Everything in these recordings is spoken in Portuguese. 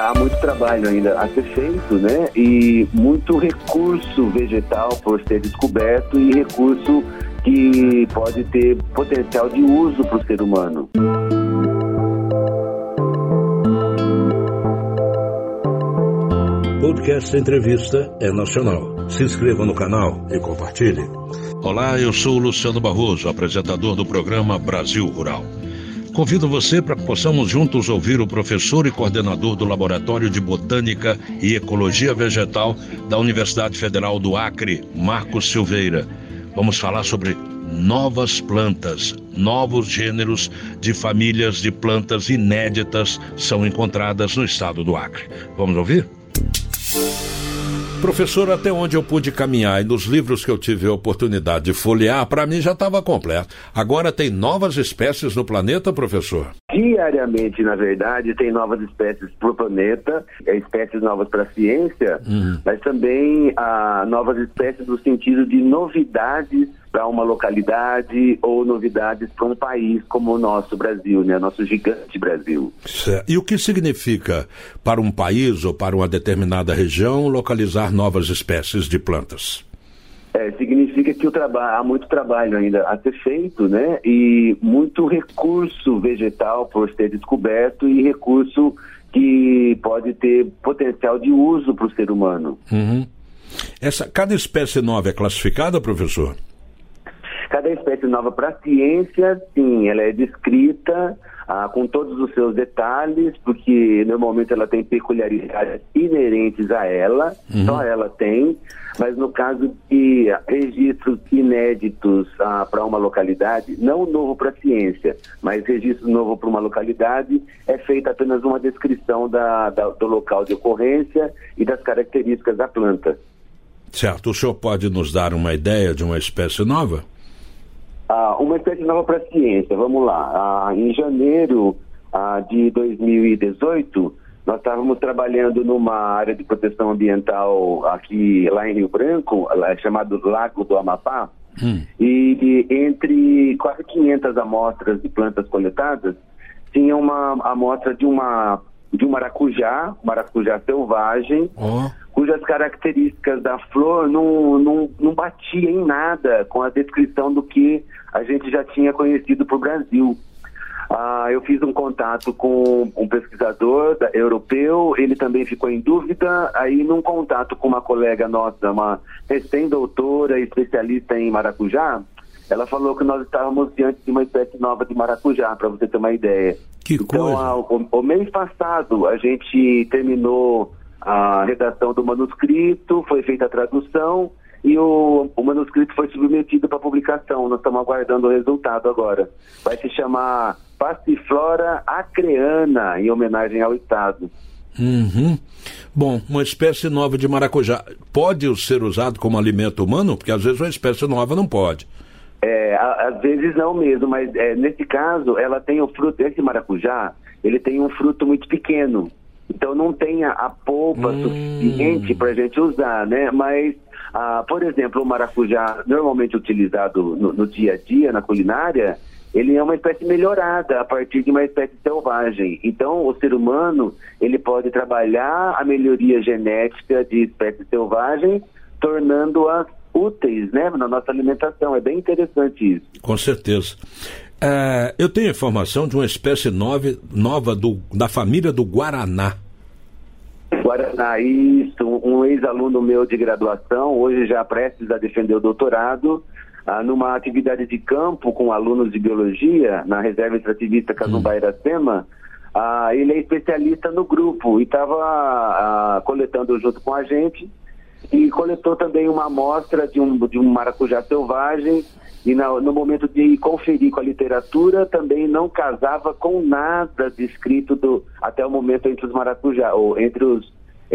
há muito trabalho ainda a ser feito, né? E muito recurso vegetal por ser descoberto e recurso que pode ter potencial de uso para o ser humano. Podcast Entrevista é nacional. Se inscreva no canal e compartilhe. Olá, eu sou o Luciano Barroso, apresentador do programa Brasil Rural. Convido você para que possamos juntos ouvir o professor e coordenador do Laboratório de Botânica e Ecologia Vegetal da Universidade Federal do Acre, Marcos Silveira. Vamos falar sobre novas plantas, novos gêneros de famílias de plantas inéditas são encontradas no estado do Acre. Vamos ouvir? Professor, até onde eu pude caminhar e nos livros que eu tive a oportunidade de folhear, para mim já estava completo. Agora tem novas espécies no planeta, professor? Diariamente, na verdade, tem novas espécies para o planeta, espécies novas para a ciência, mas também novas espécies no sentido de novidades para uma localidade ou novidades para um país como o nosso Brasil, né? Nosso gigante Brasil. Certo. E o que significa para um país ou para uma determinada região localizar novas espécies de plantas? Significa que há muito trabalho ainda a ser feito, né? E muito recurso vegetal por ser descoberto e recurso que pode ter potencial de uso para o ser humano. Cada espécie nova é classificada, professor? Cada espécie nova para a ciência, sim, ela é descrita com todos os seus detalhes, porque normalmente ela tem peculiaridades inerentes a ela, só ela tem, mas no caso de registros inéditos para uma localidade, não novo para a ciência, mas registro novo para uma localidade, é feita apenas uma descrição do local de ocorrência e das características da planta. Certo. O senhor pode nos dar uma ideia de uma espécie nova? Uma espécie nova para a ciência, vamos lá. Em janeiro de 2018, nós estávamos trabalhando numa área de proteção ambiental lá em Rio Branco, chamado Lago do Amapá, e entre quase 500 amostras de plantas coletadas, tinha uma amostra de um maracujá selvagem, cujas características da flor não batia em nada com a descrição do que a gente já tinha conhecido para o Brasil. Eu fiz um contato com um pesquisador europeu, ele também ficou em dúvida, aí num contato com uma colega nossa, uma recém-doutora especialista em maracujá, ela falou que nós estávamos diante de uma espécie nova de maracujá, para você ter uma ideia. Que coisa! Então, o mês passado, a gente terminou a redação do manuscrito, foi feita a tradução e o manuscrito foi submetido para publicação. Nós estamos aguardando o resultado agora. Vai se chamar Passiflora acreana, em homenagem ao estado. Bom, uma espécie nova de maracujá pode ser usado como alimento humano? Porque às vezes uma espécie nova não pode. Às vezes não mesmo, mas nesse caso ela tem o fruto, esse maracujá, ele tem um fruto muito pequeno, então não tem a polpa suficiente para a gente usar, né? Mas, por exemplo, o maracujá normalmente utilizado no dia a dia, na culinária, ele é uma espécie melhorada a partir de uma espécie selvagem. Então, o ser humano, ele pode trabalhar a melhoria genética de espécies selvagens, tornando-as úteis, né, na nossa alimentação. É bem interessante isso. Com certeza. Eu tenho informação de uma espécie nova da família do guaraná. Guaraná, isso. Um ex-aluno meu de graduação, hoje já prestes a defender o doutorado, numa atividade de campo com alunos de biologia, na Reserva Extrativista Casumba Iracema, ele é especialista no grupo e estava coletando junto com a gente, e coletou também uma amostra de um maracujá selvagem, e no momento de conferir com a literatura também não casava com nada descrito até o momento entre os maracujá, ou entre os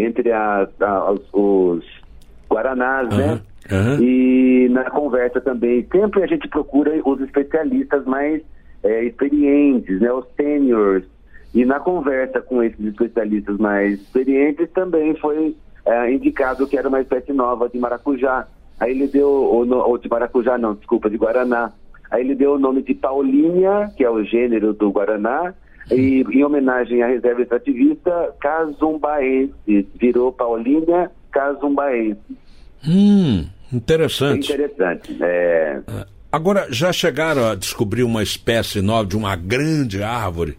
guaranás, né? E na conversa também, sempre a gente procura os especialistas mais experientes, né? Os seniors, e na conversa com esses especialistas mais experientes também foi indicado que era uma espécie nova de maracujá. Aí ele deu, de guaraná. Aí ele deu o nome de Paulínia, que é o gênero do guaraná, E em homenagem à reserva extrativista Casumbaense, virou Paulínia Casumbaense. Interessante. Interessante. Agora, já chegaram a descobrir uma espécie nova de uma grande árvore?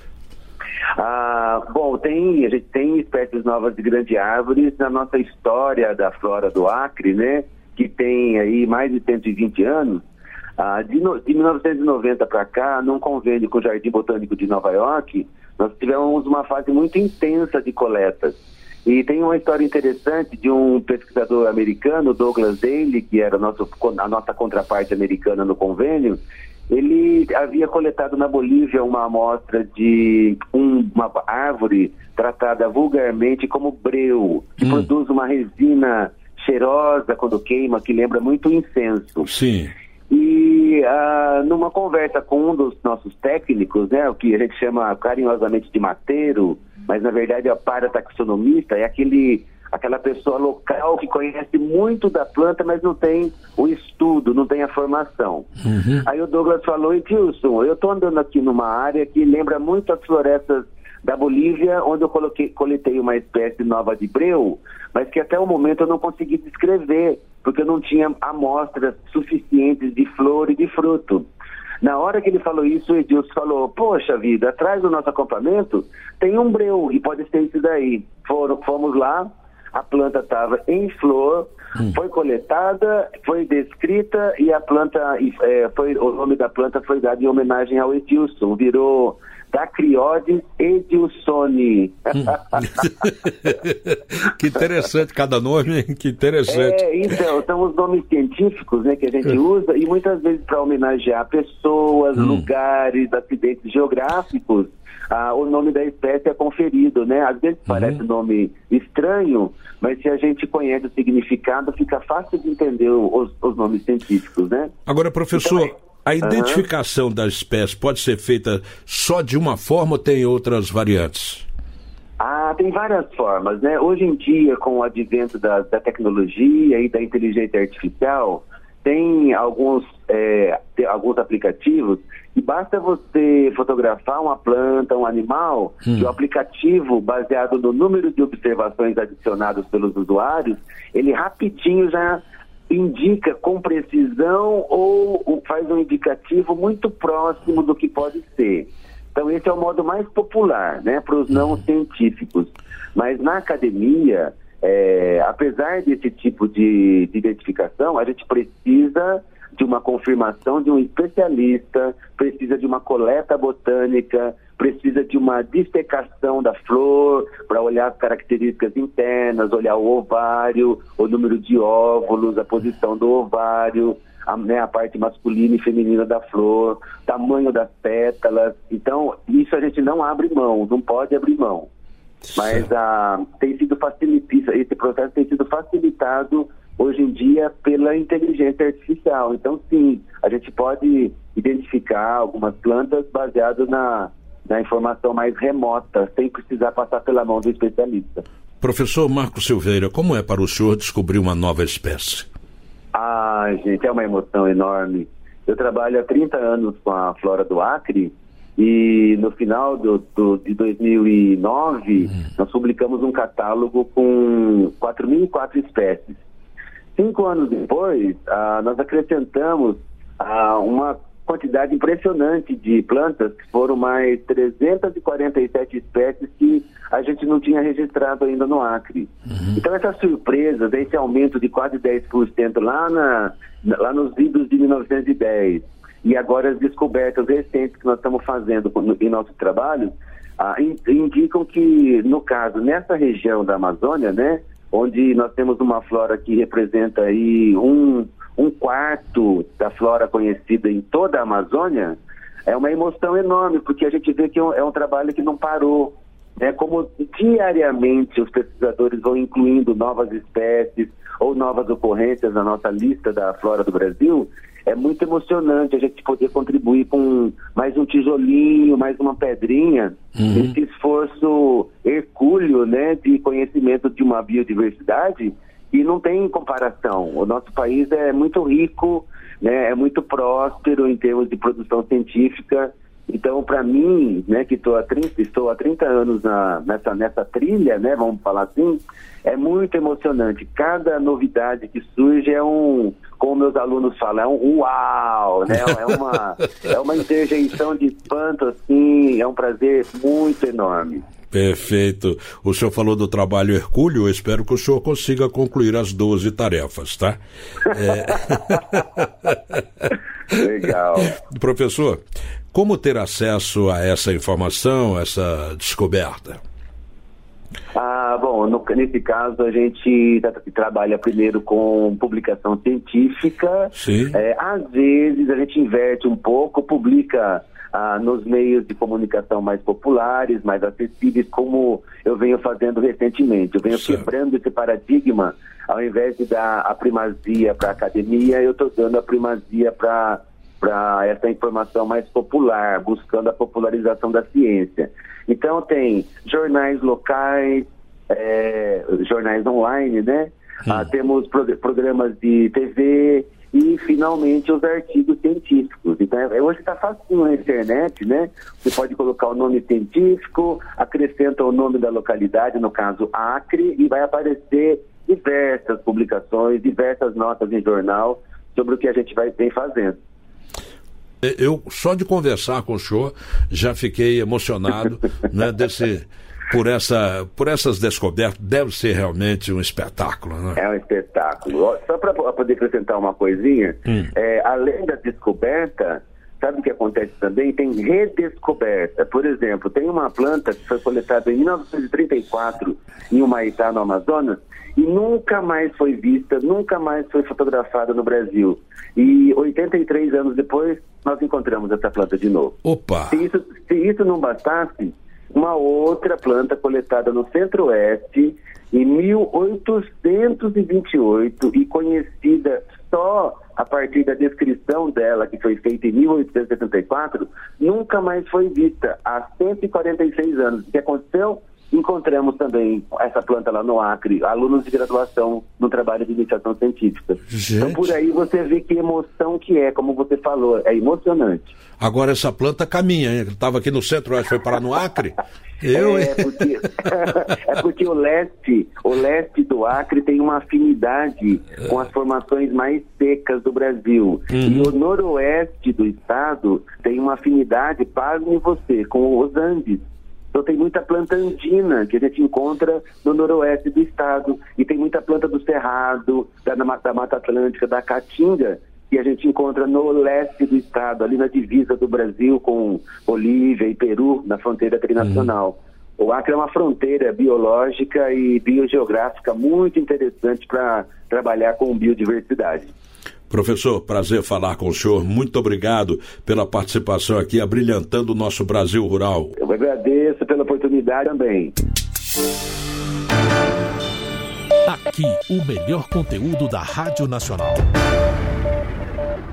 Bom, a gente tem espécies novas de grandes árvores na nossa história da flora do Acre, né? Que tem aí mais de 120 anos. De 1990 para cá, num convênio com o Jardim Botânico de Nova York, nós tivemos uma fase muito intensa de coletas. E tem uma história interessante de um pesquisador americano, Douglas Daly, que era a nossa contraparte americana no convênio. Ele havia coletado na Bolívia uma amostra de uma árvore tratada vulgarmente como breu, que produz uma resina cheirosa quando queima, que lembra muito incenso. Sim. E numa conversa com um dos nossos técnicos, né, o que a gente chama carinhosamente de mateiro, mas na verdade é parataxonomista, é aquela pessoa local que conhece muito da planta, mas não tem o estudo, não tem a formação. Aí o Douglas falou: Edilson, eu estou andando aqui numa área que lembra muito as florestas da Bolívia, onde eu coletei uma espécie nova de breu, mas que até o momento eu não consegui descrever, porque eu não tinha amostras suficientes de flor e de fruto. Na hora que ele falou isso, o Edilson falou: poxa vida, atrás do nosso acampamento tem um breu, e pode ser isso daí. Fomos lá, a planta estava em flor, foi coletada, foi descrita, e a planta, o nome da planta foi dado em homenagem ao Edilson, virou Dacryodes edilsoni. Que interessante, cada nome, que interessante. Então, são os nomes científicos, né, que a gente usa, e muitas vezes para homenagear pessoas, lugares, acidentes geográficos, o nome da espécie é conferido, né? Às vezes parece nome estranho, mas se a gente conhece o significado, fica fácil de entender os nomes científicos, né? Agora, professor, então, a identificação da espécie pode ser feita só de uma forma ou tem outras variantes? Tem várias formas, né? Hoje em dia, com o advento da tecnologia e da inteligência artificial, tem alguns aplicativos e basta você fotografar uma planta, um animal, e o aplicativo, baseado no número de observações adicionadas pelos usuários, ele rapidinho já indica com precisão ou faz um indicativo muito próximo do que pode ser. Então esse é o modo mais popular, né, para os não científicos. Mas na academia, apesar desse tipo de identificação, a gente precisa de uma confirmação de um especialista, precisa de uma coleta botânica, precisa de uma dissecação da flor para olhar as características internas, olhar o ovário, o número de óvulos, a posição do ovário, a parte masculina e feminina da flor, tamanho das pétalas. Então, isso a gente não abre mão, não pode abrir mão. Mas tem sido esse processo tem sido facilitado hoje em dia pela inteligência artificial. Então, sim, a gente pode identificar algumas plantas baseado na informação mais remota, sem precisar passar pela mão do especialista. Professor Marcos Silveira, como é para o senhor descobrir uma nova espécie? Gente, é uma emoção enorme. Eu trabalho há 30 anos com a flora do Acre e no final de 2009 nós publicamos um catálogo com 4.004 espécies. 5 anos depois, nós acrescentamos uma quantidade impressionante de plantas, que foram mais 347 espécies que a gente não tinha registrado ainda no Acre. Então essas surpresas, esse aumento de quase 10% lá nos idos de 1910, e agora as descobertas recentes que nós estamos fazendo em nosso trabalho, indicam que, no caso, nessa região da Amazônia, né, onde nós temos uma flora que representa aí um quarto da flora conhecida em toda a Amazônia, é uma emoção enorme, porque a gente vê que é um trabalho que não parou. Como diariamente os pesquisadores vão incluindo novas espécies ou novas ocorrências na nossa lista da flora do Brasil, é muito emocionante a gente poder contribuir com mais um tijolinho, mais uma pedrinha, esse esforço hercúleo, né, de conhecimento de uma biodiversidade. E não tem comparação. O nosso país é muito rico, né, é muito próspero em termos de produção científica, Então, para mim, né, que estou há 30 anos nessa trilha, né, vamos falar assim, é muito emocionante. Cada novidade que surge como meus alunos falam, é um uau, né? É uma interjeição de espanto, assim, é um prazer muito enorme. Perfeito. O senhor falou do trabalho hercúleo, eu espero que o senhor consiga concluir as 12 tarefas, tá? Legal. Professor, como ter acesso a essa informação, essa descoberta? Bom, nesse caso a gente trabalha primeiro com publicação científica. Sim. Às vezes a gente inverte um pouco, publica nos meios de comunicação mais populares, mais acessíveis, como eu venho fazendo recentemente. Eu venho quebrando esse paradigma. Ao invés de dar a primazia para a academia, eu estou dando a primazia para essa informação mais popular, buscando a popularização da ciência. Então tem jornais locais, jornais online, né? Temos programas de TV e, finalmente, os artigos científicos. Então, hoje está facinho na internet, né? Você pode colocar o nome científico, acrescenta o nome da localidade, no caso Acre, e vai aparecer diversas publicações, diversas notas em jornal sobre o que a gente vem fazendo. Eu, só de conversar com o senhor, já fiquei emocionado, né, por essas descobertas. Deve ser realmente um espetáculo, né? É um espetáculo. Só para poder acrescentar uma coisinha, além da descoberta, sabe o que acontece também? Tem redescoberta. Por exemplo, tem uma planta que foi coletada em 1934 em Humaitá, no Amazonas, e nunca mais foi vista, nunca mais foi fotografada no Brasil. E 83 anos depois, nós encontramos essa planta de novo. Opa! Se isso não bastasse, uma outra planta coletada no Centro-Oeste em 1828 e conhecida só a partir da descrição dela, que foi feita em 1874, nunca mais foi vista há 146 anos. O que aconteceu? Encontramos também essa planta lá no Acre, alunos de graduação no trabalho de iniciação científica. Gente. Então, por aí você vê que emoção que é, como você falou, é emocionante. Agora essa planta caminha, hein? Estava aqui no Centro-Oeste, foi parar no Acre? Porque o leste do Acre tem uma afinidade com as formações mais secas do Brasil. E o noroeste do estado tem uma afinidade, pasme você, com os Andes. Então tem muita planta andina que a gente encontra no noroeste do estado. E tem muita planta do Cerrado, da Mata Atlântica, da Caatinga, que a gente encontra no leste do estado, ali na divisa do Brasil com Bolívia e Peru, na fronteira trinacional. O Acre é uma fronteira biológica e biogeográfica muito interessante para trabalhar com biodiversidade. Professor, prazer falar com o senhor. Muito obrigado pela participação aqui, abrilhantando o nosso Brasil Rural. Eu agradeço pela oportunidade também. Aqui, o melhor conteúdo da Rádio Nacional.